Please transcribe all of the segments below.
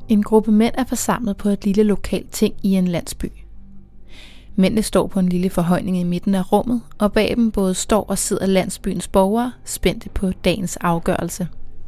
En gruppe mænd er forsamlet på et lille lokalt ting i en landsby. Mændene står på en lille forhøjning i midten af rummet, og bag dem både står og sidder landsbyens borgere, spændte på dagens afgørelse.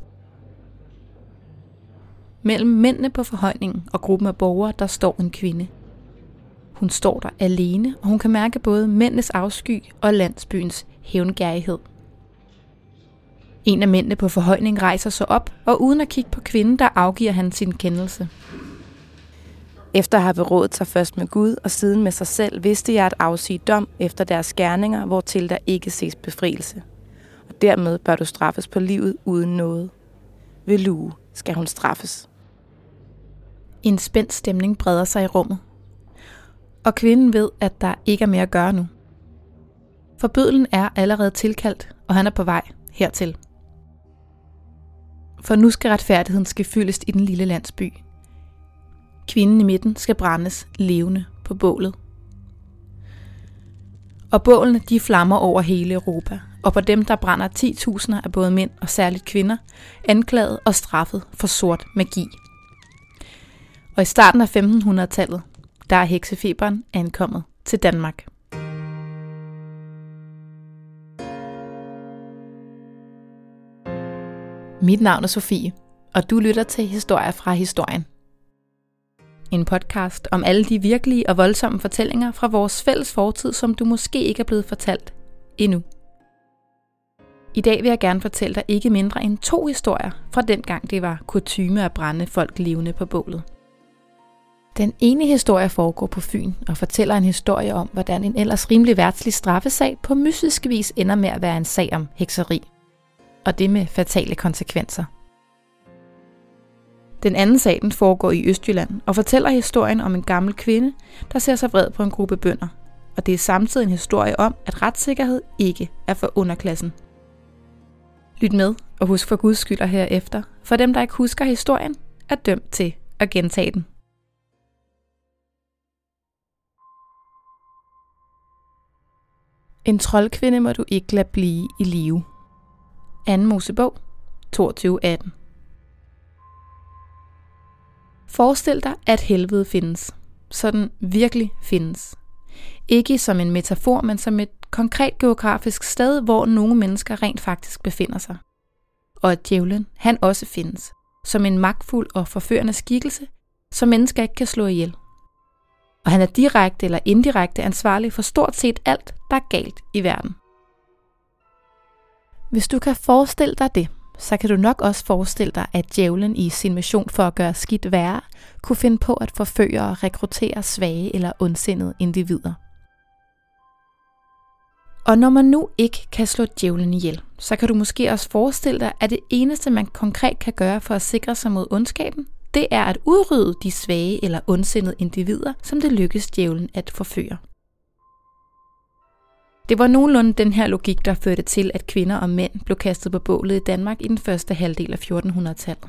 Mellem mændene på forhøjningen og gruppen af borgere, der står en kvinde. Hun står der alene, og hun kan mærke både mændenes afsky og landsbyens hævngerrighed. En af mændene på forhøjningen rejser sig op, og uden at kigge på kvinden, der afgiver han sin kendelse. Efter at have berådet sig først med Gud og siden med sig selv, vidste jeg at afsige dom efter deres gerninger, hvortil der ikke ses befrielse. Og dermed bør du straffes på livet uden noget. Ved lue skal hun straffes. En spændt stemning breder sig i rummet. Og kvinden ved, at der ikke er mere at gøre nu. For bødlen er allerede tilkaldt, og han er på vej hertil. For nu skal retfærdigheden ske fyldest i den lille landsby. Kvinden i midten skal brændes levende på bålet. Og bålene de flammer over hele Europa, og på dem der brænder 10.000 af både mænd og særligt kvinder, anklaget og straffet for sort magi. Og i starten af 1500-tallet, der er heksefeberen ankommet til Danmark. Mit navn er Sofie, og du lytter til Historier fra historien. En podcast om alle de virkelige og voldsomme fortællinger fra vores fælles fortid, som du måske ikke er blevet fortalt endnu. I dag vil jeg gerne fortælle dig ikke mindre end 2 historier fra dengang det var kutyme at brænde folk levende på bålet. Den ene historie foregår på Fyn og fortæller en historie om, hvordan en ellers rimelig verdslig straffesag på mystisk vis ender med at være en sag om hekseri. Og det med fatale konsekvenser. Den anden sag den foregår i Østjylland og fortæller historien om en gammel kvinde, der ser sig vred på en gruppe bønder. Og det er samtidig en historie om, at retssikkerhed ikke er for underklassen. Lyt med og husk for Guds skyld herefter, for dem der ikke husker historien, er dømt til at gentage den. En troldkvinde må du ikke lade blive i live. 2. Mosebog 22:18. Forestil dig, at helvede findes. Sådan virkelig findes. Ikke som en metafor, men som et konkret geografisk sted, hvor nogle mennesker rent faktisk befinder sig. Og at djævlen, han også findes. Som en magtfuld og forførende skikkelse, som mennesker ikke kan slå ihjel. Og han er direkte eller indirekte ansvarlig for stort set alt, der er galt i verden. Hvis du kan forestille dig det, så kan du nok også forestille dig, at djævlen i sin mission for at gøre skidt værre, kunne finde på at forføre og rekruttere svage eller ondsindede individer. Og når man nu ikke kan slå djævlen ihjel, så kan du måske også forestille dig, at det eneste man konkret kan gøre for at sikre sig mod ondskaben, det er at udrydde de svage eller ondsindede individer, som det lykkes djævlen at forføre. Det var nogenlunde den her logik, der førte til, at kvinder og mænd blev kastet på bålet i Danmark i den første halvdel af 1400-tallet.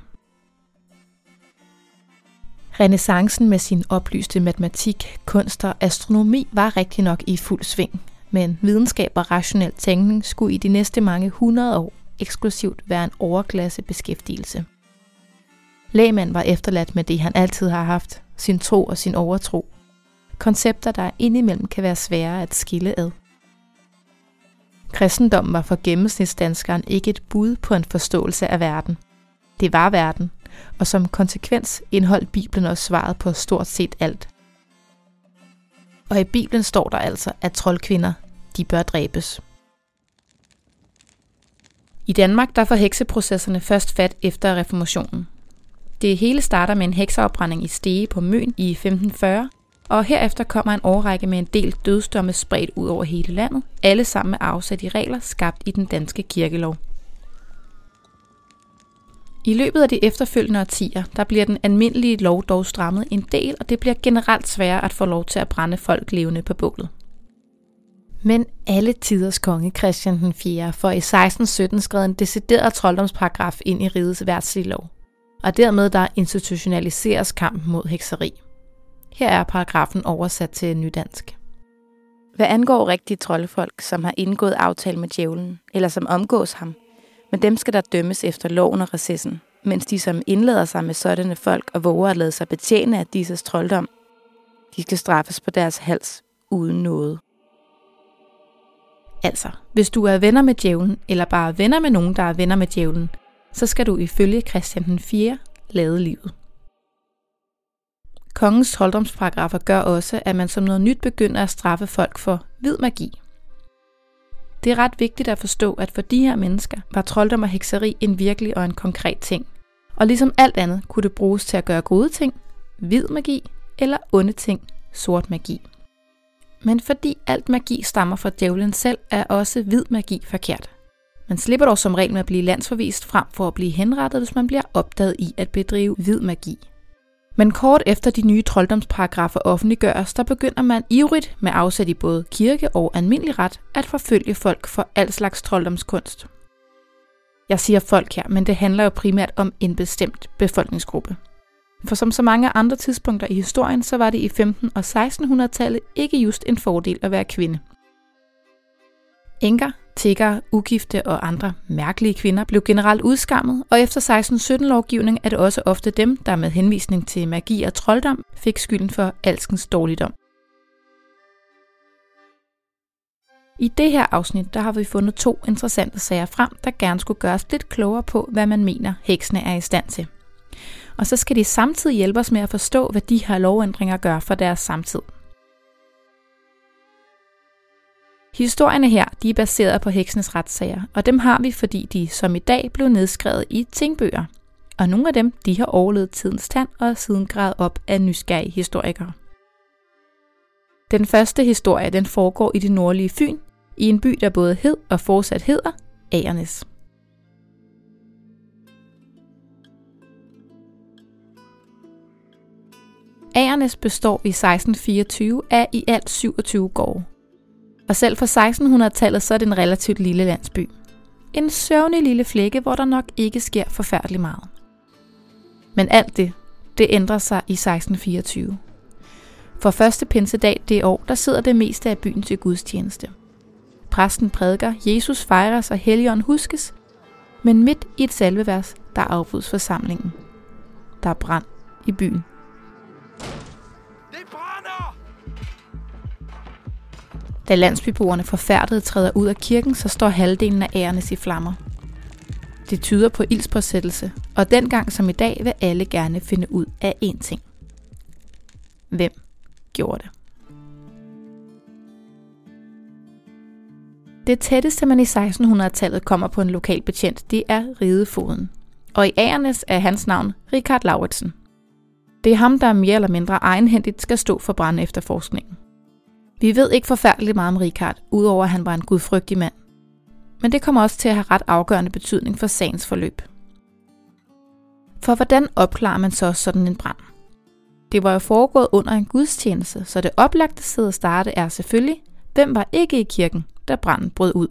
Renæssancen med sin oplyste matematik, kunst og astronomi var rigtig nok i fuld sving, men videnskab og rationel tænkning skulle i de næste mange 100 år eksklusivt være en overklasse beskæftigelse. Lægmand var efterladt med det, han altid har haft, sin tro og sin overtro. Koncepter, der indimellem kan være svære at skille ad. Kristendommen var for gennemsnitsdanskeren ikke et bud på en forståelse af verden. Det var verden, og som konsekvens indeholdt Bibelen også svaret på stort set alt. Og i Bibelen står der altså, at troldkvinder, de bør dræbes. I Danmark der får hekseprocesserne først fat efter reformationen. Det hele starter med en hekseopbrænding i Stege på Møn i 1540, og herefter kommer en årrække med en del dødsdomme spredt ud over hele landet, alle sammen med afsæt i regler skabt i den danske kirkelov. I løbet af de efterfølgende årtier, der bliver den almindelige lov dog strammet en del, og det bliver generelt sværere at få lov til at brænde folk levende på bålet. Men alle tiders konge Christian den 4. får i 1617 skrevet en decideret trolddomsparagraf ind i rigets verdslige lov, og dermed der institutionaliseres kampen mod hekseri. Her er paragrafen oversat til nydansk. Hvad angår rigtige troldefolk, som har indgået aftale med djævlen, eller som omgås ham, men dem skal der dømmes efter loven og recessen, mens de, som indlader sig med sådanne folk og våger at lade sig betjene af disses trolddom, de skal straffes på deres hals uden noget. Altså, hvis du er venner med djævlen, eller bare venner med nogen, der er venner med djævlen, så skal du ifølge Christian den 4. lade livet. Kongens trolddomsparagraffer gør også, at man som noget nyt begynder at straffe folk for hvid magi. Det er ret vigtigt at forstå, at for de her mennesker var trolddom og hekseri en virkelig og en konkret ting. Og ligesom alt andet kunne det bruges til at gøre gode ting, hvid magi, eller onde ting, sort magi. Men fordi alt magi stammer fra djævlen selv, er også hvid magi forkert. Man slipper dog som regel med at blive landsforvist frem for at blive henrettet, hvis man bliver opdaget i at bedrive hvid magi. Men kort efter de nye trolddomsparagraffer offentliggøres, der begynder man ivrigt med afsæt i både kirke og almindelig ret at forfølge folk for al slags trolddomskunst. Jeg siger folk her, men det handler jo primært om en bestemt befolkningsgruppe. For som så mange andre tidspunkter i historien, så var det i 1500- og 1600-tallet ikke just en fordel at være kvinde. Enker, tiggere, ugifte og andre mærkelige kvinder blev generelt udskammet, og efter 1617-lovgivning er det også ofte dem, der med henvisning til magi og trolddom fik skylden for alskens dårligdom. I det her afsnit der har vi fundet 2 interessante sager frem, der gerne skulle gøres lidt klogere på, hvad man mener heksene er i stand til. Og så skal de samtidig hjælpe os med at forstå, hvad de her lovændringer gør for deres samtid. Historierne her de er baseret på heksenes retssager, og dem har vi, fordi de som i dag blev nedskrevet i tingbøger. Og nogle af dem de har overlevet tidens tand og er siden gravet op af nysgerrige historikere. Den første historie den foregår i det nordlige Fyn, i en by, der både hed og fortsat hedder Agernæs. Agernæs består i 1624 af i alt 27 gårde. Og selv for 1600-tallet så er det en relativt lille landsby. En sørgelig lille flække, hvor der nok ikke sker forfærdeligt meget. Men alt det ændrer sig i 1624. For første pinsedag det år, der sidder det meste af byen til gudstjeneste. Præsten prædiker, Jesus fejres og Helligånden huskes, men midt i et salvevers, der afbrydes forsamlingen. Der er brand i byen. Da landsbyboerne forfærdet træder ud af kirken, så står halvdelen af Agernæs i flammer. Det tyder på ildspåsættelse, og dengang som i dag vil alle gerne finde ud af én ting. Hvem gjorde det? Det tætteste, man i 1600-tallet kommer på en lokal betjent, det er ridefoden. Og i Agernæs er hans navn Richard Lauritsen. Det er ham, der mere eller mindre egenhændigt skal stå for brandefterforskningen. Vi ved ikke forfærdeligt meget om Richard, udover at han var en gudfrygtig mand. Men det kommer også til at have ret afgørende betydning for sagens forløb. For hvordan opklarer man så sådan en brand? Det var jo foregået under en gudstjeneste, så det oplagte sted at starte er selvfølgelig, hvem var ikke i kirken, da branden brød ud.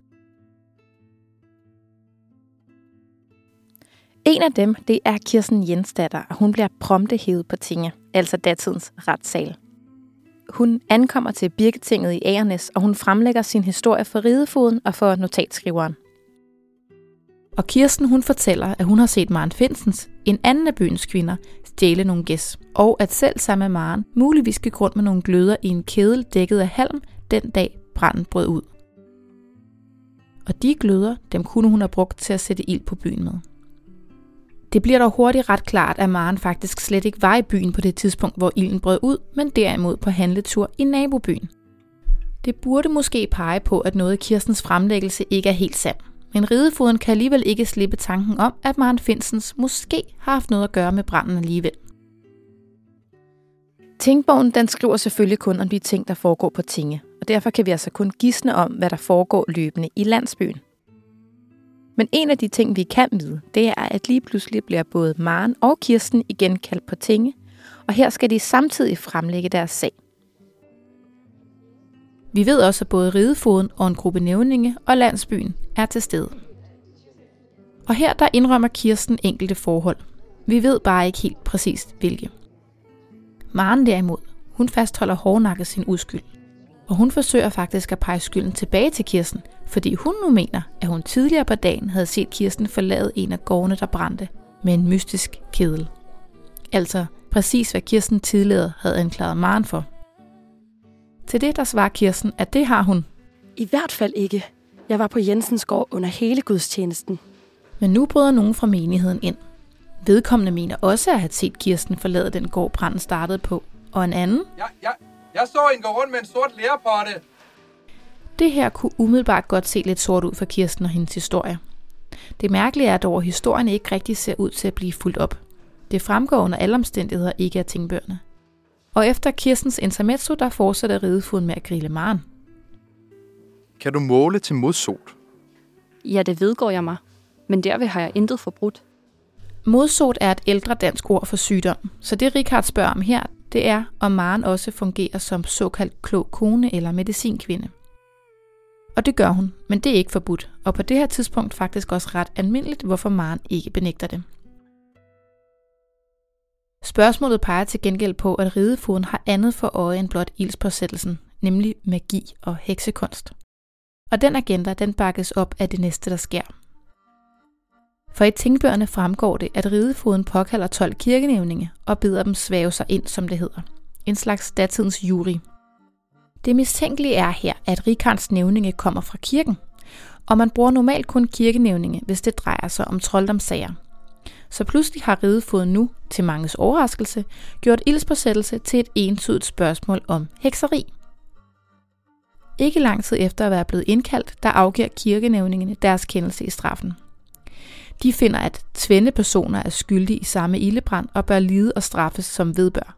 En af dem, det er Kirsten Jensdatter, og hun bliver prompte hævet på tinge, altså datidens retssal. Hun ankommer til Birketinget i Agernæs, og hun fremlægger sin historie for ridefoden og for notatskriveren. Og Kirsten hun fortæller, at hun har set Maren Findsens, en anden af byens kvinder, stjæle nogle gæs, og at selv sammen med Maren muligvis gik rundt med nogle gløder i en kedel dækket af halm den dag branden brød ud. Og de gløder, dem kunne hun have brugt til at sætte ild på byen med. Det bliver dog hurtigt ret klart, at Maren faktisk slet ikke var i byen på det tidspunkt, hvor ilden brød ud, men derimod på handletur i nabobyen. Det burde måske pege på, at noget i Kirstens fremlæggelse ikke er helt sand. Men ridefoden kan alligevel ikke slippe tanken om, at Maren Findsens måske har haft noget at gøre med branden alligevel. Tingbogen den skriver selvfølgelig kun om de ting, der foregår på tinge, og derfor kan vi altså kun gisne om, hvad der foregår løbende i landsbyen. Men en af de ting, vi kan vide, det er, at lige pludselig bliver både Maren og Kirsten igen kaldt på tinge, og her skal de samtidig fremlægge deres sag. Vi ved også, at både ridefoden og en gruppe nævninge og landsbyen er til stede. Og her der indrømmer Kirsten enkelte forhold. Vi ved bare ikke helt præcist hvilke. Maren derimod, hun fastholder hårdnakket sin uskyld. Og hun forsøger faktisk at pege skylden tilbage til Kirsten, fordi hun nu mener, at hun tidligere på dagen havde set Kirsten forlade en af gårdene, der brændte, med en mystisk kedel. Altså præcis hvad Kirsten tidligere havde anklaget Maren for. Til det der svarer Kirsten, at det har hun. I hvert fald ikke. Jeg var på Jensens gård under hele gudstjenesten. Men nu bryder nogen fra menigheden ind. Vedkommende mener også at have set Kirsten forlade den gård, branden startede på. Og en anden? Jeg så hende gå rundt med en sort lerpotte. Det her kunne umiddelbart godt se lidt sort ud for Kirsten og hendes historie. Det mærkelige er dog, at historien ikke rigtig ser ud til at blive fulgt op. Det fremgår under alle omstændigheder ikke af tingbøgerne. Og efter Kirstens intermezzo, der fortsætter ridefogeden med at grille Maren. Kan du måle til modsot? Ja, det vedgår jeg mig. Men derved har jeg intet forbrudt. Modsot er et ældre dansk ord for sygdom, så det Richard spørger om her, det er, om Maren også fungerer som såkaldt klog kone eller medicinkvinde. Og det gør hun, men det er ikke forbudt, og på det her tidspunkt faktisk også ret almindeligt, hvorfor Maren ikke benægter det. Spørgsmålet peger til gengæld på, at ridefogeden har andet for øje end blot ildspåsættelsen, nemlig magi og heksekunst. Og den agenda, den bakkes op af det næste, der sker. For i tingbøgerne fremgår det, at ridefogeden påkalder 12 kirkenævninge og beder dem svæve sig ind, som det hedder. En slags datidens jury. Det mistænkelige er her, at Richards nævninge kommer fra kirken, og man bruger normalt kun kirkenævninge, hvis det drejer sig om trolddomssager. Så pludselig har ridefogeden nu, til manges overraskelse, gjort ildspåsættelse til et entydigt spørgsmål om hekseri. Ikke lang tid efter at være blevet indkaldt, der afgiver kirkenævningene deres kendelse i straffen. De finder, at tvende personer er skyldige i samme ildebrand og bør lide og straffes som vedbør.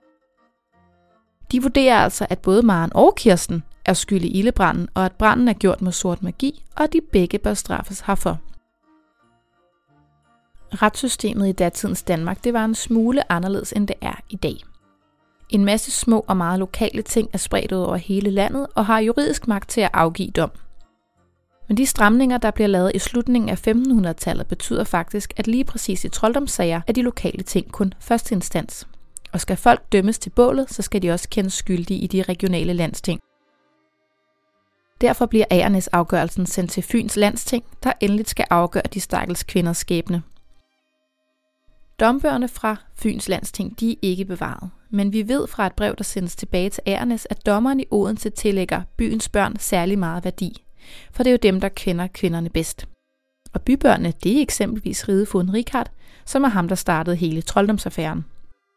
De vurderer altså, at både Maren og Kirsten er skyld i ildebranden, og at branden er gjort med sort magi, og at de begge bør straffes herfor. Retssystemet i datidens Danmark, det var en smule anderledes, end det er i dag. En masse små og meget lokale ting er spredt ud over hele landet og har juridisk magt til at afgive dom. Men de stramninger, der bliver lavet i slutningen af 1500-tallet, betyder faktisk, at lige præcis i trolddomssager er de lokale ting kun første instans. Og skal folk dømmes til bålet, så skal de også kendes skyldige i de regionale landsting. Derfor bliver Agernæs afgørelsen sendt til Fyns landsting, der endeligt skal afgøre de stakkels kvinders skæbne. Dombøgerne fra Fyns landsting, de er ikke bevaret, men vi ved fra et brev, der sendes tilbage til Agernæs, at dommeren i Odense tillægger byens børn særlig meget værdi, for det er jo dem, der kender kvinderne bedst. Og bybørnene, det er eksempelvis ridefogeden Richard, som er ham, der startede hele trolddomsaffæren.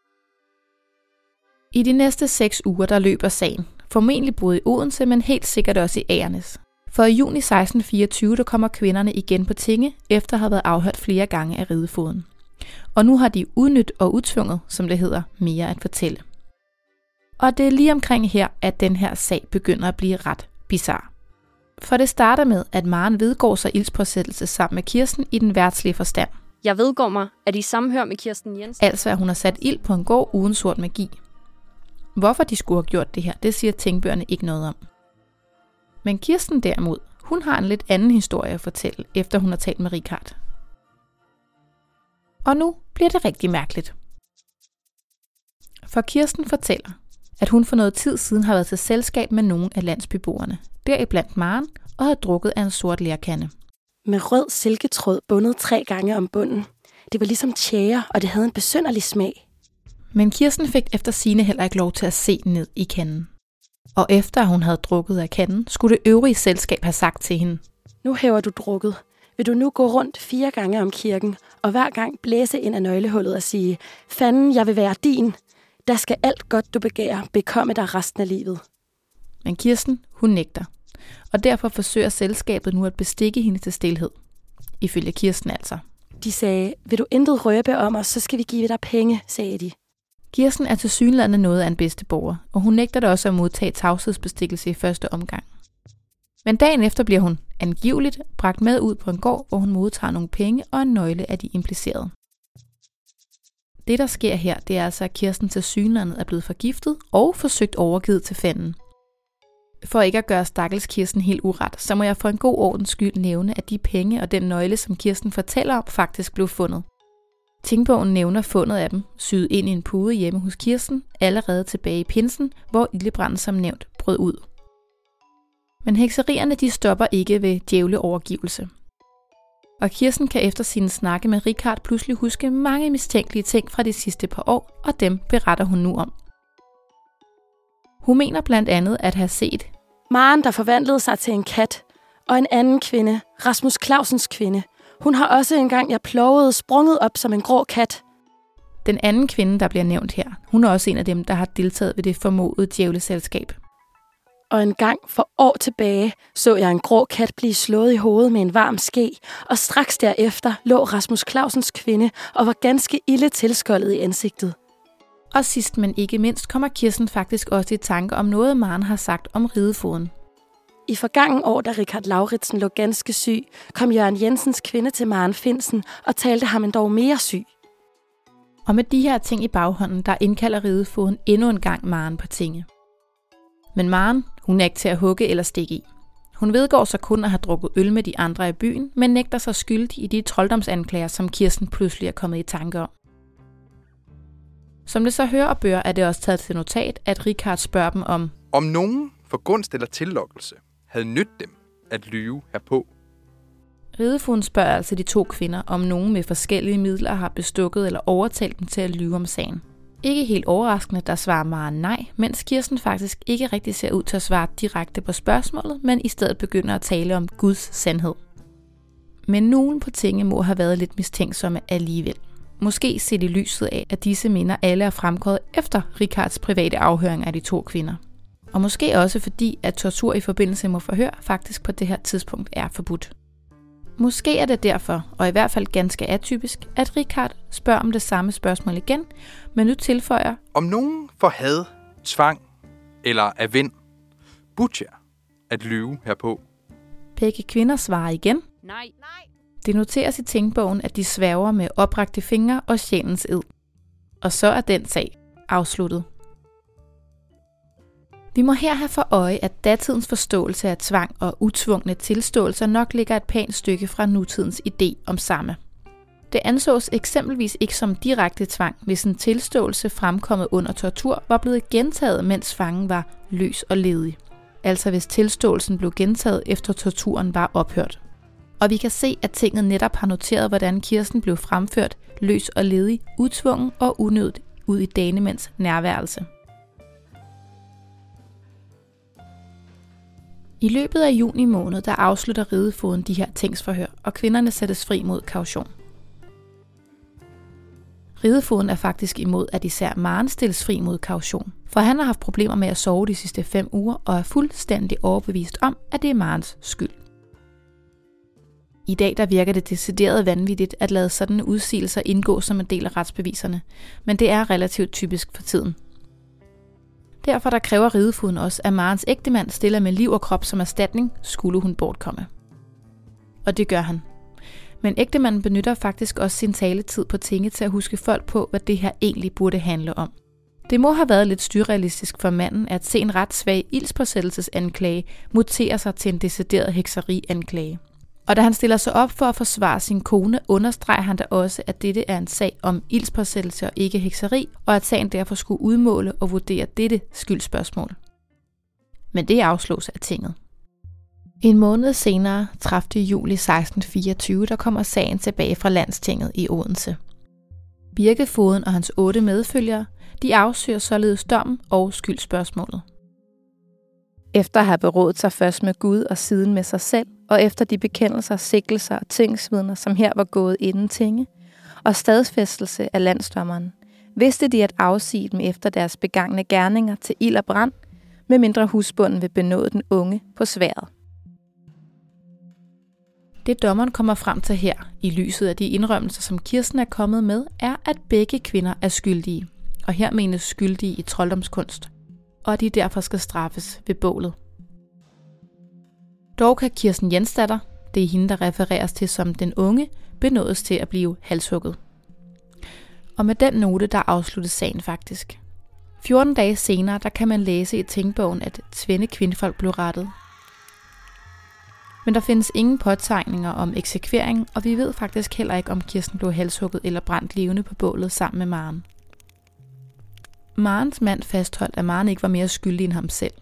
I de næste 6 uger, der løber sagen, formentlig både i Odense, men helt sikkert også i Agernæs. For i juni 1624, der kommer kvinderne igen på tinge, efter at have været afhørt flere gange af ridefogeden. Og nu har de udnyttet og udtvunget, som det hedder, mere at fortælle. Og det er lige omkring her, at den her sag begynder at blive ret bizarre. For det starter med, at Maren vedgår sig ildspåsættelse sammen med Kirsten i den verdslige forstand. Jeg vedgår mig, at I sammenhører med Kirsten Jensen. Altså, at hun har sat ild på en gård uden sort magi. Hvorfor de skulle have gjort det her, det siger tingbøgerne ikke noget om. Men Kirsten derimod, hun har en lidt anden historie at fortælle, efter hun har talt med Richard. Og nu bliver det rigtig mærkeligt. For Kirsten fortæller, at hun for noget tid siden har været til selskab med nogle af landsbyboerne, deriblandt Maren, og havde drukket af en sort lerkande. Med rød silketråd bundet 3 gange om bunden. Det var ligesom tjære, og det havde en besynderlig smag. Men Kirsten fik efter sigende heller ikke lov til at se ned i kanden. Og efter hun havde drukket af kanden, skulle det øvrige selskab have sagt til hende: Nu hæver du drukket. Vil du nu gå rundt 4 gange om kirken, og hver gang blæse ind af nøglehullet og sige: Fanden, jeg vil være din. Der skal alt godt, du begærer, bekomme dig resten af livet. Men Kirsten, hun nægter. Og derfor forsøger selskabet nu at bestikke hende til stilhed. Ifølge Kirsten altså. De sagde: Vil du intet røbe om os, så skal vi give dig penge, sagde de. Kirsten er tilsyneladende noget af en bedsteborger, og hun nægter da også at modtage tavshedsbestikkelse i første omgang. Men dagen efter bliver hun angiveligt bragt med ud på en gård, hvor hun modtager nogle penge og en nøgle af de implicerede. Det, der sker her, det er altså, at Kirsten tilsyneladende er blevet forgiftet og forsøgt overgivet til fanden. For ikke at gøre stakkels Kirsten helt uret, så må jeg for en god ordens skyld nævne, at de penge og den nøgle, som Kirsten fortæller om, faktisk blev fundet. Tingbogen nævner fundet af dem, syet ind i en pude hjemme hos Kirsten, allerede tilbage i pinsen, hvor ildebranden som nævnt brød ud. Men hekserierne, de stopper ikke ved djævleovergivelse. Og Kirsten kan efter sine snakke med Richard pludselig huske mange mistænkelige ting fra de sidste par år, og dem beretter hun nu om. Hun mener blandt andet at have set Maren, der forvandlede sig til en kat, og en anden kvinde, Rasmus Clausens kvinde. Hun har også engang, jeg plågede, sprunget op som en grå kat. Den anden kvinde, der bliver nævnt her, hun er også en af dem, der har deltaget ved det formodede djævleselskab. Og en gang for år tilbage så jeg en grå kat blive slået i hovedet med en varm ske, og straks derefter lå Rasmus Clausens kvinde og var ganske ilde tilskoldet i ansigtet. Og sidst men ikke mindst kommer Kirsten faktisk også i tanke om noget, Maren har sagt om ridefoden. I forgangen år, da Richard Lauritsen lå ganske syg, kom Jørgen Jensens kvinde til Maren Finsen og talte ham endog mere syg. Og med de her ting i baghånden, der indkalder ridefoden endnu en gang Maren på tinge. Men Maren, hun er ikke til at hugge eller stikke i. Hun vedgår så kun at have drukket øl med de andre i byen, men nægter sig skyldig i de trolddomsanklager, som Kirsten pludselig er kommet i tanke om. Som det så hører og bør, er det også taget til notat, at Richard spørger dem om nogen for gunst eller tillokkelse havde nydt dem at lyve herpå. Ridefogeden spørger altså de to kvinder, om nogen med forskellige midler har bestukket eller overtalt dem til at lyve om sagen. Ikke helt overraskende, der svarer Maren nej, mens Kirsten faktisk ikke rigtig ser ud til at svare direkte på spørgsmålet, men i stedet begynder at tale om Guds sandhed. Men nogen på tinge må have været lidt mistænksomme alligevel. Måske set i lyset af, at disse minder alle er fremkommet efter Richards private afhøring af de to kvinder. Og måske også fordi, at tortur i forbindelse med forhør faktisk på det her tidspunkt er forbudt. Måske er det derfor, og i hvert fald ganske atypisk, at Richard spørger om det samme spørgsmål igen, men nu tilføjer om nogen for had, tvang eller af vind, budt jer at lyve herpå. Begge kvinder svarer igen. Nej. Det noteres i tænkebogen, at de sværger med oprakte fingre og sjælens ed. Og så er den sag afsluttet. Vi må her have for øje, at datidens forståelse af tvang og utvungne tilståelser nok ligger et pænt stykke fra nutidens idé om samme. Det ansås eksempelvis ikke som direkte tvang, hvis en tilståelse fremkommet under tortur var blevet gentaget, mens fangen var løs og ledig. Altså hvis tilståelsen blev gentaget efter torturen var ophørt. Og vi kan se, at tinget netop har noteret, hvordan Kirsten blev fremført løs og ledig, utvungen og unødigt ud i Danemænds nærværelse. I løbet af juni måned, der afslutter ridefoden de her tingsforhør, og kvinderne sættes fri mod kaution. Ridefoden er faktisk imod, at især Maren stilles fri mod kaution, for han har haft problemer med at sove de sidste 5 uger og er fuldstændig overbevist om, at det er Marens skyld. I dag der virker det decideret vanvittigt at lade sådanne udsigelser indgå som en del af retsbeviserne, men det er relativt typisk for tiden. Derfor der kræver ridefogeden også, at Marens ægtemand stiller med liv og krop som erstatning, skulle hun bortkomme. Og det gør han. Men ægtemanden benytter faktisk også sin taletid på tinge til at huske folk på, hvad det her egentlig burde handle om. Det må have været lidt styrrealistisk for manden at se en ret svag ildspåsættelsesanklage mutere sig til en decideret hekserianklage. Og da han stiller sig op for at forsvare sin kone, understreger han da også, at dette er en sag om ildspåsættelse og ikke hekseri, og at sagen derfor skulle udmåle og vurdere dette skyldspørgsmål. Men det afslås af tinget. En måned senere, 30. juli 1624, der kommer sagen tilbage fra Landstinget i Odense. Birkefogeden og hans 8 medfølgere, de afsøger således dommen og skyldspørgsmålet. Efter at have berådet sig først med Gud og siden med sig selv, og efter de bekendelser, sigtelser og tingsvidner, som her var gået inden tinge, og stadfæstelse af landsdommeren, vidste de at afsige dem efter deres begangne gerninger til ild og brand, med mindre husbunden vil benåde den unge på sværdet. Det dommeren kommer frem til her, i lyset af de indrømmelser, som Kirsten er kommet med, er, at begge kvinder er skyldige, og her menes skyldige i trolddomskunst, og at de derfor skal straffes ved bålet. Dog kan Kirsten Jensdatter, det er hende, der refereres til som den unge, benådes til at blive halshugget. Og med den note, der afsluttes sagen faktisk. 14 dage senere, der kan man læse i tingbogen, at Tvende kvindfolk blev rettet. Men der findes ingen påtegninger om eksekvering, og vi ved faktisk heller ikke, om Kirsten blev halshugget eller brændt levende på bålet sammen med Maren. Marens mand fastholdt, at Maren ikke var mere skyldig end ham selv.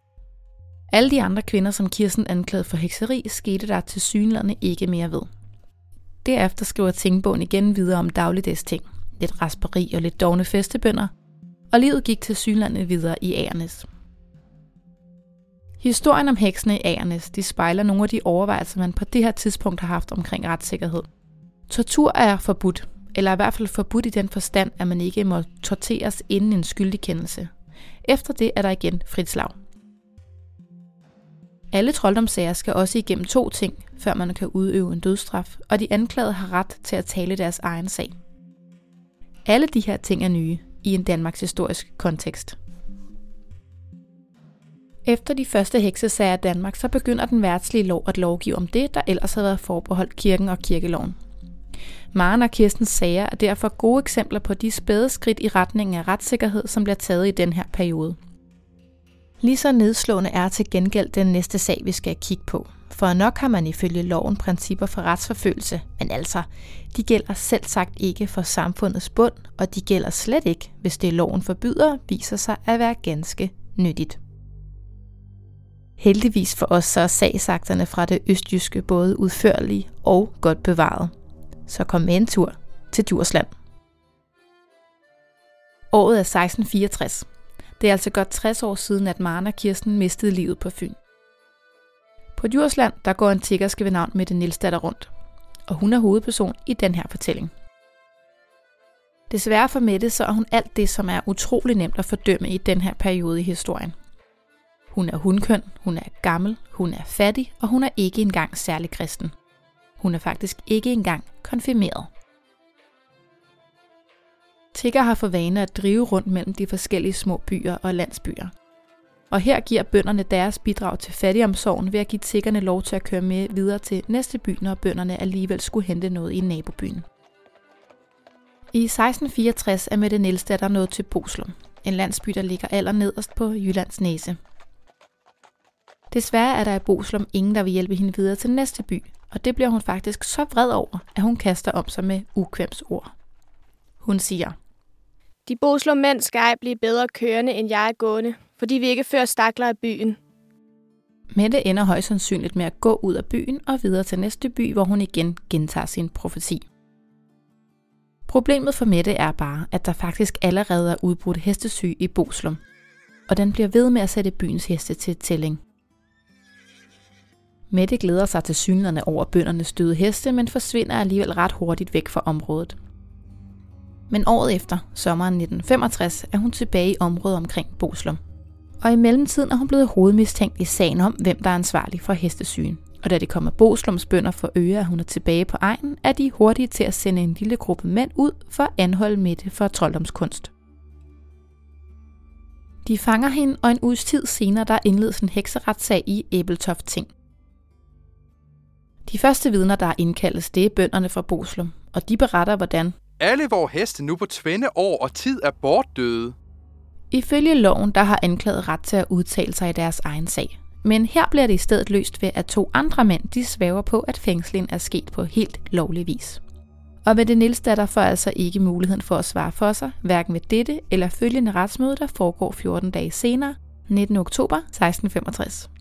Alle de andre kvinder, som Kirsten anklagede for hekseri, skete der tilsyneladende ikke mere ved. Derefter skriver Tingbogen igen videre om dagligdags ting, lidt rasperi og lidt dovne festebønder, og livet gik til synlande videre i Agernæs. Historien om heksene i Agernæs, de spejler nogle af de overvejelser, man på det her tidspunkt har haft omkring retssikkerhed. Tortur er forbudt, eller i hvert fald forbudt i den forstand, at man ikke må torteres inden en skyldig kendelse. Efter det er der igen frit slag. Alle trolddomssager skal også igennem 2 ting, før man kan udøve en dødsstraf, og de anklagede har ret til at tale deres egen sag. Alle de her ting er nye i en Danmarks historisk kontekst. Efter de første heksesager i Danmark, så begynder den verdslige lov at lovgive om det, der ellers havde været forbeholdt kirken og kirkeloven. Maren og Kirstens sager er derfor gode eksempler på de spæde skridt i retningen af retssikkerhed, som bliver taget i den her periode. Lige så nedslående er til gengæld den næste sag, vi skal kigge på. For nok har man ifølge loven principper for retsforfølgelse, men altså, de gælder selv sagt ikke for samfundets bund, og de gælder slet ikke, hvis det loven forbyder, viser sig at være ganske nyttigt. Heldigvis for os så er sagsakterne fra det østjyske både udførlige og godt bevaret. Så kom med en tur til Djursland. Året er 1664. Det er altså godt 60 år siden, at Maren og Kirsten mistede livet på Fyn. På Djursland, der går en tiggerske ved navn Mette Nielsdatter rundt, og hun er hovedperson i den her fortælling. Desværre for Mette, så er hun alt det, som er utrolig nemt at fordømme i den her periode i historien. Hun er hundkøn, hun er gammel, hun er fattig, og hun er ikke engang særlig kristen. Hun er faktisk ikke engang konfirmeret. Tigger har for vane at drive rundt mellem de forskellige små byer og landsbyer. Og her giver bønderne deres bidrag til fattigomsorgen ved at give tiggerne lov til at køre med videre til næste by, når bønderne alligevel skulle hente noget i nabobyen. I 1664 er Mette Nielsdatter nået til Boslum, en landsby, der ligger allernederst på Jyllands næse. Desværre er der i Boslum ingen, der vil hjælpe hende videre til næste by, og det bliver hun faktisk så vred over, at hun kaster om sig med ukvemsord. Hun siger: De Boslum mænd skal ej blive bedre kørende, end jeg er gående, fordi vi ikke fører stakler af byen. Mette ender højst sandsynligt med at gå ud af byen og videre til næste by, hvor hun igen gentager sin profeti. Problemet for Mette er bare, at der faktisk allerede er udbrudt hestesyge i Boslum, og den bliver ved med at sætte byens heste til tælling. Mette glæder sig til synerne over bøndernes døde heste, men forsvinder alligevel ret hurtigt væk fra området. Men året efter, sommeren 1965, er hun tilbage i området omkring Boslum. Og i mellemtiden er hun blevet hovedmistænkt i sagen om, hvem der er ansvarlig for hestesygen. Og da det kommer Boslums bønder for øre, at hun er tilbage på egnen, er de hurtige til at sende en lille gruppe mænd ud for at anholde Mette for trolddomskunst. De fanger hende, og en uges tid senere der indledes en hekseretssag i Ebeltoft Ting. De første vidner, der indkaldes, det er bønderne fra Boslum, og de beretter, hvordan alle vores heste nu på 20 år og tid er bortdøde. Ifølge loven, der har anklaget ret til at udtale sig i deres egen sag. Men her bliver det i stedet løst ved, at 2 andre mænd, de svæver på, at fængslingen er sket på helt lovlig vis. Og Mette Nielsdatter får altså ikke muligheden for at svare for sig, hverken ved dette eller følgende retsmøde, der foregår 14 dage senere, 19. oktober 1665.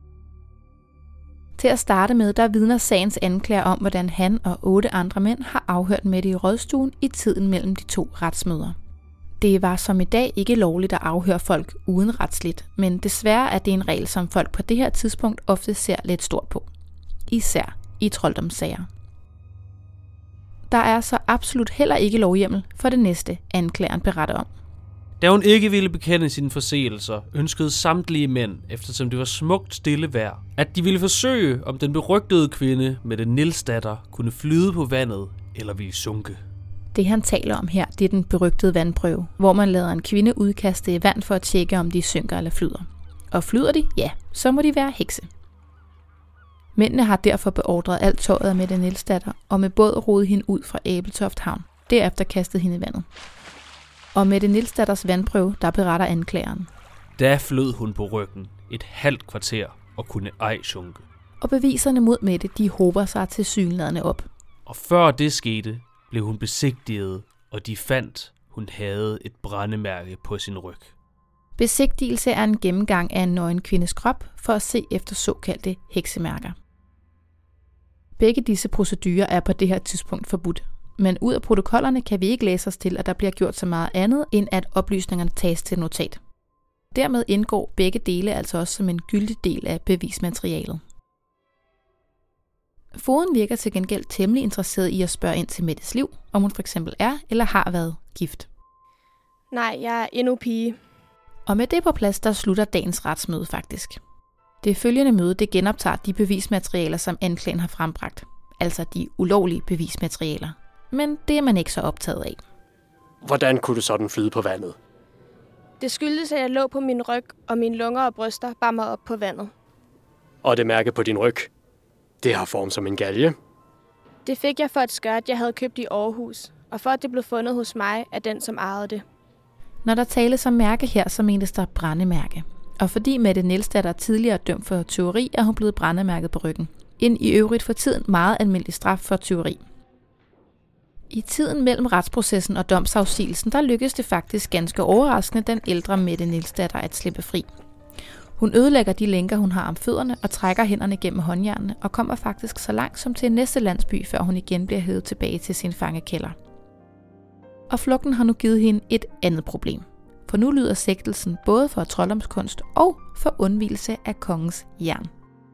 Til at starte med, der vidner sagens anklager om, hvordan han og 8 andre mænd har afhørt Mette i rådstuen i tiden mellem de 2 retsmøder. Det var som i dag ikke lovligt at afhøre folk uden retsligt, men desværre er det en regel, som folk på det her tidspunkt ofte ser lidt stort på. Især i trolddomssager. Der er så absolut heller ikke lovhjemmel for det næste, anklageren beretter om. Da hun ikke ville bekende sine forseelser, ønskede samtlige mænd, eftersom det var smukt stille vejr, at de ville forsøge, om den berygtede kvinde Mette Nielsdatter kunne flyde på vandet eller ville sunke. Det han taler om her, det er den berygtede vandprøve, hvor man lader en kvinde udkaste i vand for at tjekke, om de synker eller flyder. Og flyder de, ja, så må de være hekse. Mændene har derfor beordret alt tøjet af Mette Nielsdatter og med båd rodet hende ud fra Ebeltoft Havn, derefter kastet hende i vandet. Og Mette Nielsdatters vandprøve, der beretter anklageren. Da flød hun på ryggen et halvt kvarter og kunne ej sunke. Og beviserne mod Mette, de hober sig til synladende op. Og før det skete, blev hun besigtiget, og de fandt, hun havde et brændemærke på sin ryg. Besigtigelse er en gennemgang af en nøgen kvindes krop for at se efter såkaldte heksemærker. Begge disse procedurer er på det her tidspunkt forbudt, men ud af protokollerne kan vi ikke læse os til, at der bliver gjort så meget andet, end at oplysningerne tages til notat. Dermed indgår begge dele altså også som en gyldig del af bevismaterialet. Fogeden virker til gengæld temmelig interesseret i at spørge ind til Mettes liv, om hun for eksempel er eller har været gift. Nej, jeg er endnu pige. Og med det på plads, der slutter dagens retsmøde faktisk. Det følgende møde, det genoptager de bevismaterialer, som anklagen har frembragt. Altså de ulovlige bevismaterialer. Men det er man ikke så optaget af. Hvordan kunne du sådan flyde på vandet? Det skyldes, at jeg lå på min ryg, og mine lunger og bryster bar mig op på vandet. Og det mærke på din ryg, det har form som en galge. Det fik jeg for et skørt, jeg havde købt i Aarhus, og for at det blev fundet hos mig af den, som ejede det. Når der tales om mærke her, så menes der brændemærke. Og fordi Mette Nielsdatter tidligere er dømt for tyveri, er hun blevet brændemærket på ryggen. En i øvrigt for tiden meget almindelig straf for tyveri. I tiden mellem retsprocessen og domsafsigelsen, der lykkedes det faktisk ganske overraskende den ældre Mette Nielsdatter at slippe fri. Hun ødelægger de lænker, hun har om fødderne og trækker hænderne gennem håndjernene og kommer faktisk så langt som til næste landsby, før hun igen bliver hævet tilbage til sin fangekælder. Og flugten har nu givet hende et andet problem. For nu lyder sigtelsen både for trolddomskunst og for undvigelse af kongens jern.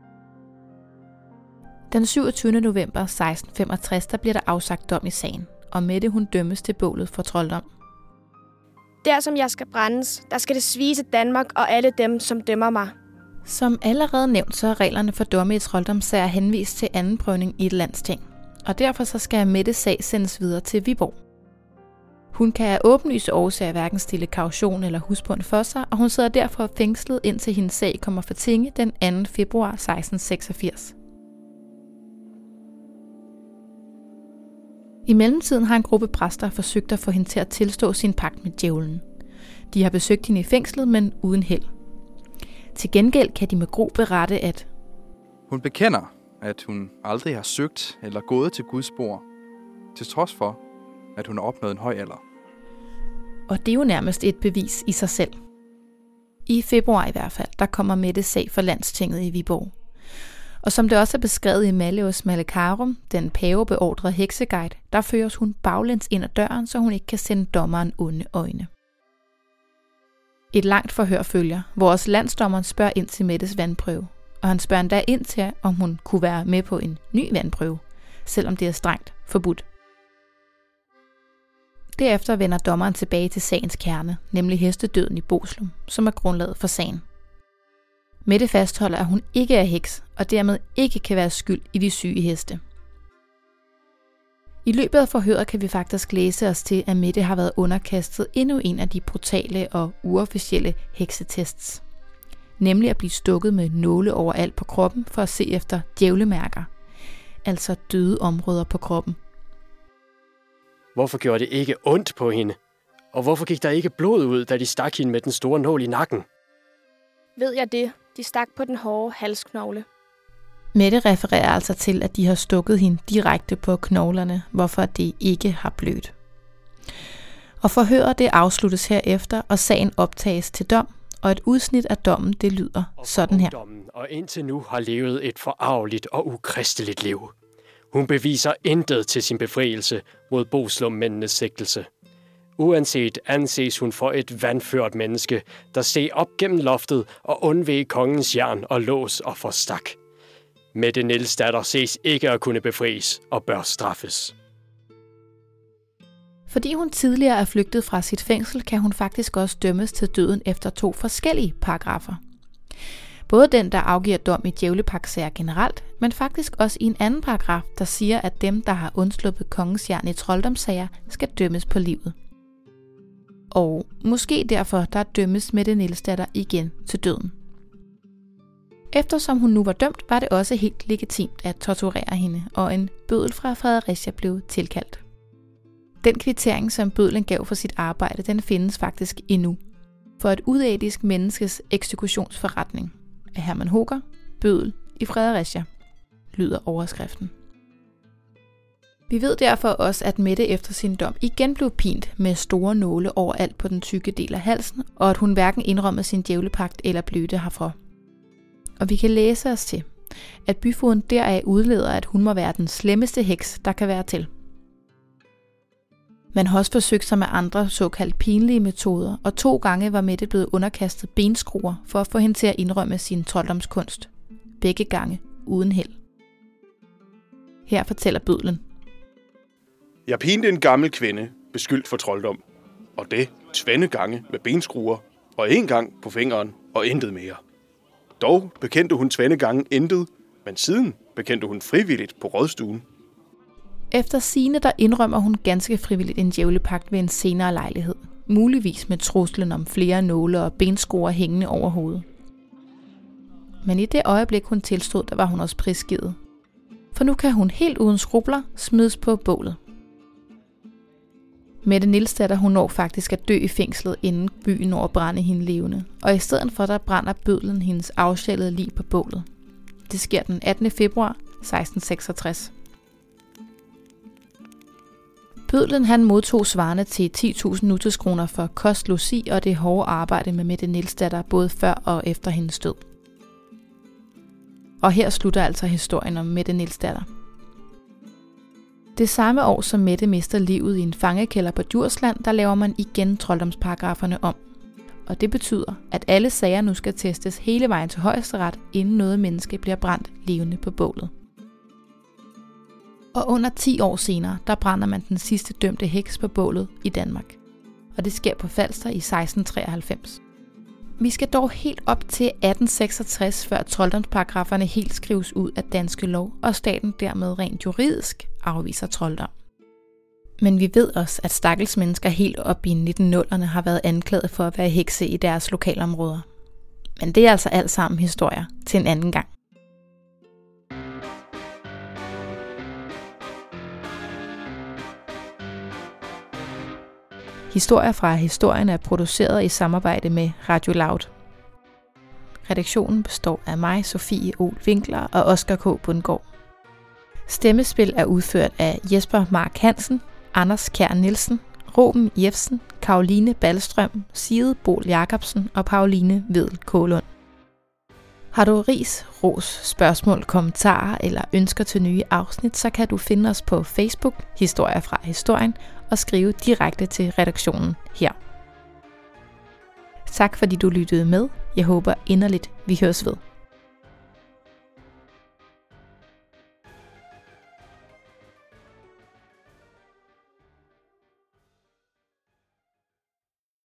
Den 27. november 1665 der bliver der afsagt dom i sagen, og Mette hun dømmes til bålet for trolddom. Der som jeg skal brændes, der skal det svise Danmark og alle dem, som dømmer mig. Som allerede nævnt, så er reglerne for domme i trolddomssager henvist til anden prøvning i et landsting. Og derfor så skal Mettes sag sendes videre til Viborg. Hun kan af åbenlyse årsager hverken stille kaution eller husbånd for sig, og hun sidder derfor fængslet indtil hendes sag kommer for tinge den 2. februar 1686. I mellemtiden har en gruppe præster forsøgt at få hende til at tilstå sin pagt med djævlen. De har besøgt hende i fængslet, men uden held. Til gengæld kan de med gro berette, at Hun bekender, at hun aldrig har søgt eller gået til Guds spor, til trods for, at hun har opnået en høj alder. Og det er jo nærmest et bevis i sig selv. I februar i hvert fald, der kommer Mettes sag for landstinget i Viborg. Og som det også er beskrevet i Malleus Maleficarum, den pavebeordrede hekseguide, der føres hun baglæns ind ad døren, så hun ikke kan sende dommeren onde øjne. Et langt forhør følger, hvor også landsdommeren spørger ind til Mettes vandprøve. Og han spørger endda ind til, om hun kunne være med på en ny vandprøve, selvom det er strengt forbudt. Derefter vender dommeren tilbage til sagens kerne, nemlig hestedøden i Boslum, som er grundlaget for sagen. Mette fastholder, at hun ikke er heks, og dermed ikke kan være skyld i de syge heste. I løbet af forhøret kan vi faktisk læse os til, at Mette har været underkastet endnu en af de brutale og uofficielle heksetests. Nemlig at blive stukket med nåle overalt på kroppen for at se efter djævlemærker, altså døde områder på kroppen. Hvorfor gjorde det ikke ondt på hende? Og hvorfor gik der ikke blod ud, da de stak hende med den store nål i nakken? Ved jeg det? De stak på den hårde halsknogle. Mette refererer altså til, at de har stukket hende direkte på knoglerne, hvorfor det ikke har blødt. Og forhøret det afsluttes herefter, og sagen optages til dom, og et udsnit af dommen det lyder sådan her. Og indtil nu har levet et forarveligt og ukristeligt liv. Hun beviser intet til sin befrielse mod Boslum-mændenes sigtelse. Uanset anses hun for et vandført menneske, der steg op gennem loftet og undveg kongens jern og lås og forstak. Mette Nielsdatter ses ikke at kunne befries og bør straffes. Fordi hun tidligere er flygtet fra sit fængsel, kan hun faktisk også dømmes til døden efter 2 forskellige paragrafer. Både den, der afgiver dom i djævlepagtsager generelt, men faktisk også i en anden paragraf, der siger, at dem, der har undsluppet kongens jern i trolddomssager, skal dømmes på livet. Og måske derfor, der dømmes Mette Nielsdatter igen til døden. Eftersom hun nu var dømt, var det også helt legitimt at torturere hende, og en bøddel fra Fredericia blev tilkaldt. Den kvittering, som bøddelen gav for sit arbejde, den findes faktisk endnu. For et udetisk menneskes eksekutionsforretning af Herman Hoger, bøddel i Fredericia, lyder overskriften. Vi ved derfor også, at Mette efter sin dom igen blev pint med store nåle overalt på den tykke del af halsen, og at hun hverken indrømmede sin djævlepagt eller blødte herfor. Og vi kan læse os til, at byfogeden deraf udleder, at hun må være den slemmeste heks, der kan være til. Man har også forsøgt sig med andre såkaldt pinlige metoder, og 2 gange var Mette blevet underkastet benskruer for at få hende til at indrømme sin trolddomskunst. Begge gange uden held. Her fortæller bødlen. Jeg pinte en gammel kvinde, beskyldt for trolddom, og det 2 gange med benskruer, og 1 gang på fingeren, og intet mere. Dog bekendte hun 2 gange intet, men siden bekendte hun frivilligt på rådstuen. Efter sigende, der indrømmer hun ganske frivilligt en djævlepagt ved en senere lejlighed. Muligvis med truslen om flere nåle og benskruer hængende over hovedet. Men i det øjeblik, hun tilstod, der var hun også prisgivet. For nu kan hun helt uden skrubler smides på bålet. Mette Nielsdatter, hun når faktisk at dø i fængslet, inden byen når at brænde hende levende. Og i stedet for, der brænder bødlen hendes afsjælede lig på bålet. Det sker den 18. februar 1666. Bødlen han modtog svarende til 10.000 nutidskroner for kost, logi og det hårde arbejde med Mette Nielsdatter både før og efter hendes død. Og her slutter altså historien om Mette Nielsdatter. Det samme år, som Mette mister livet i en fangekælder på Djursland, der laver man igen trolddomsparagraferne om. Og det betyder, at alle sager nu skal testes hele vejen til højesteret, inden noget menneske bliver brændt levende på bålet. Og under 10 år senere, der brænder man den sidste dømte heks på bålet i Danmark. Og det sker på Falster i 1693. Vi skal dog helt op til 1866, før trolddomsparagraferne helt skrives ud af danske lov, og staten dermed rent juridisk afviser trolddom. Men vi ved også, at stakkels mennesker helt op i 1900'erne har været anklaget for at være hekse i deres lokalområder. Men det er altså alt sammen historier til en anden gang. Historier fra historien er produceret i samarbejde med Radio Loud. Redaktionen består af mig, Sofie Ol Winkler og Oscar K. Bundgaard. Stemmespil er udført af Jesper Mark Hansen, Anders Kjær Nielsen, Ruben Jefsen, Karoline Ballstrøm, Sigrid Bol Jacobsen og Pauline Vedel Kålund. Har du ris, ros, spørgsmål, kommentarer eller ønsker til nye afsnit, så kan du finde os på Facebook, Historier fra Historien, og skrive direkte til redaktionen her. Tak fordi du lyttede med. Jeg håber inderligt, vi høres ved.